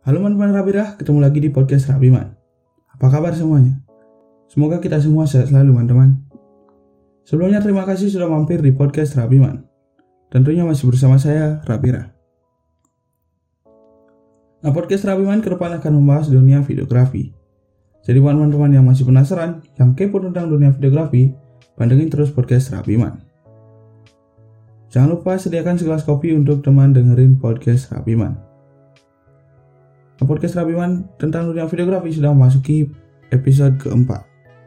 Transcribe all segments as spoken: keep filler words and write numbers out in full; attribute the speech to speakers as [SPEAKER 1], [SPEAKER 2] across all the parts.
[SPEAKER 1] Halo teman-teman Rabirah, ketemu lagi di podcast Rabiman. Apa kabar semuanya? Semoga kita semua sehat selalu teman-teman. Sebelumnya terima kasih sudah mampir di podcast Rabiman. Tentunya masih bersama saya, Rabirah. Nah, podcast Rabiman ke depan akan membahas dunia videografi. Jadi buat teman-teman yang masih penasaran, yang kepo tentang dunia videografi, pantengin terus podcast Rabiman. Jangan lupa sediakan segelas kopi untuk teman dengerin podcast Rabiman. Podcast Rabiman tentang dunia videografi sudah memasuki episode keempat.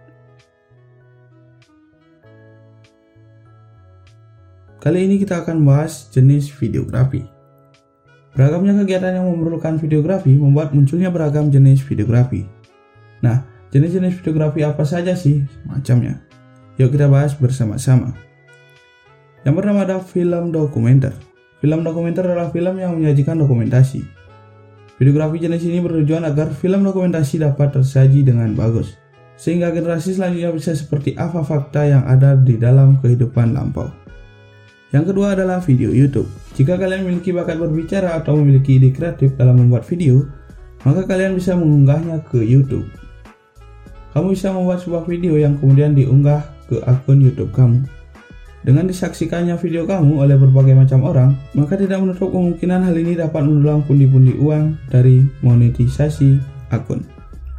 [SPEAKER 1] Kali ini kita akan membahas jenis videografi. Beragamnya kegiatan yang memerlukan videografi membuat munculnya beragam jenis videografi. Nah, jenis-jenis videografi apa saja sih macamnya? Yuk kita bahas bersama-sama. Yang pertama ada film dokumenter. Film dokumenter adalah film yang menyajikan dokumentasi. Videografi jenis ini bertujuan agar film dokumentasi dapat tersaji dengan bagus, sehingga generasi selanjutnya bisa seperti apa fakta yang ada di dalam kehidupan lampau. Yang kedua adalah video YouTube. Jika kalian memiliki bakat berbicara atau memiliki ide kreatif dalam membuat video, maka kalian bisa mengunggahnya ke YouTube. Kamu bisa membuat sebuah video yang kemudian diunggah ke akun YouTube kamu. Dengan disaksikannya video kamu oleh berbagai macam orang, maka tidak menutup kemungkinan hal ini dapat mendulang pundi-pundi uang dari monetisasi akun.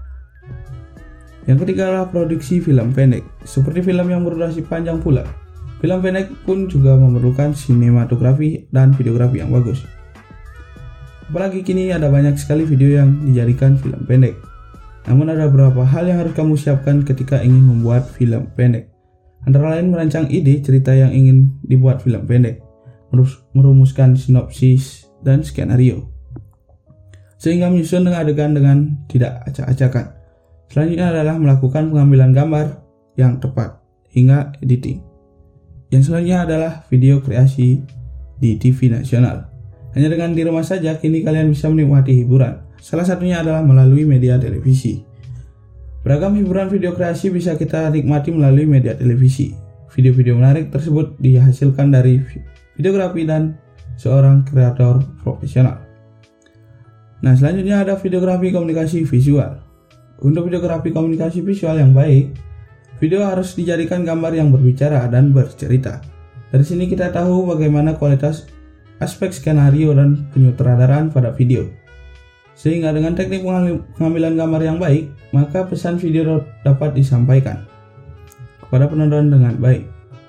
[SPEAKER 1] Yang ketiga adalah produksi film pendek. Seperti film yang berdurasi panjang pula, film pendek pun juga memerlukan sinematografi dan videografi yang bagus. Apalagi kini ada banyak sekali video yang dijadikan film pendek. Namun ada beberapa hal yang harus kamu siapkan ketika ingin membuat film pendek. Antara lain merancang ide cerita yang ingin dibuat film pendek, merumuskan sinopsis dan skenario, sehingga menyusun dengan adegan dengan tidak acak-acakan. Selanjutnya adalah melakukan pengambilan gambar yang tepat hingga editing. Yang selanjutnya adalah video kreasi di T V nasional. Hanya dengan di rumah saja kini kalian bisa menikmati hiburan. Salah satunya adalah melalui media televisi. Beragam hiburan video kreasi bisa kita nikmati melalui media televisi. Video-video menarik tersebut dihasilkan dari videografi dan seorang kreator profesional. Nah, selanjutnya ada videografi komunikasi visual. Untuk videografi komunikasi visual yang baik, video harus dijadikan gambar yang berbicara dan bercerita. Dari sini kita tahu bagaimana kualitas aspek skenario dan penyutradaraan pada video. Sehingga dengan teknik pengambilan gambar yang baik, maka pesan video dapat disampaikan kepada penonton dengan baik.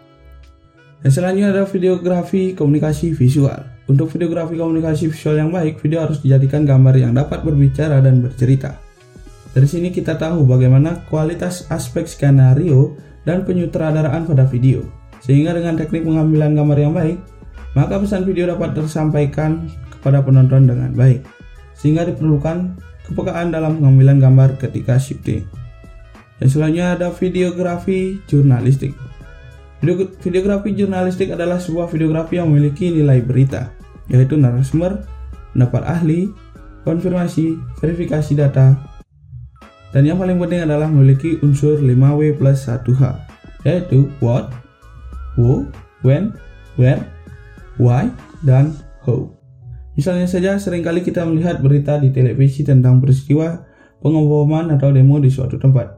[SPEAKER 1] Dan selanjutnya ada videografi komunikasi visual. Untuk videografi komunikasi visual yang baik, video harus dijadikan gambar yang dapat berbicara dan bercerita. Dari sini kita tahu bagaimana kualitas aspek skenario dan penyutradaraan pada video. Sehingga dengan teknik pengambilan gambar yang baik, maka pesan video dapat tersampaikan kepada penonton dengan baik. Sehingga diperlukan kepekaan dalam pengambilan gambar ketika shooting. Dan selanjutnya ada videografi jurnalistik. Video, videografi jurnalistik adalah sebuah videografi yang memiliki nilai berita, yaitu narasumber, pendapat ahli, konfirmasi, verifikasi data, dan yang paling penting adalah memiliki unsur lima W plus satu H, yaitu what, who, when, where, why, dan how. Misalnya saja seringkali kita melihat berita di televisi tentang peristiwa pengeboman atau demo di suatu tempat.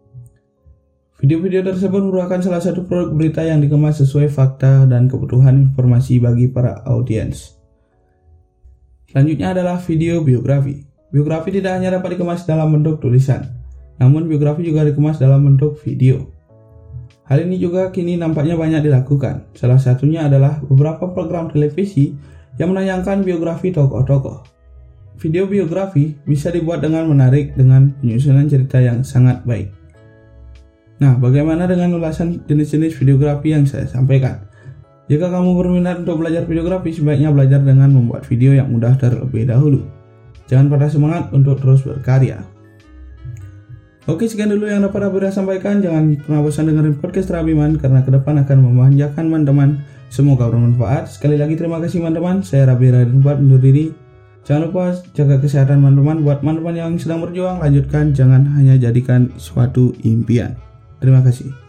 [SPEAKER 1] Video-video tersebut merupakan salah satu produk berita yang dikemas sesuai fakta dan kebutuhan informasi bagi para audiens. Selanjutnya adalah video biografi. Biografi tidak hanya dapat dikemas dalam bentuk tulisan, namun biografi juga dikemas dalam bentuk video. Hal ini juga kini nampaknya banyak dilakukan. Salah satunya adalah beberapa program televisi yang menayangkan biografi tokoh-tokoh. Video biografi bisa dibuat dengan menarik dengan penyusunan cerita yang sangat baik. Nah, bagaimana dengan ulasan jenis-jenis videografi yang saya sampaikan? Jika kamu berminat untuk belajar videografi, sebaiknya belajar dengan membuat video yang mudah terlebih dahulu. Jangan patah semangat untuk terus berkarya. Oke, sekian dulu yang dapat Rabirah sampaikan. Jangan pernah bosan dengerin podcast Rabiman, karena ke depan akan memanjakan teman-teman. Semoga bermanfaat. Sekali lagi terima kasih teman-teman. Saya Rabirah dan buat undur diri. Jangan lupa jaga kesehatan teman-teman. Buat teman-teman yang sedang berjuang, lanjutkan. Jangan hanya jadikan suatu impian. Terima kasih.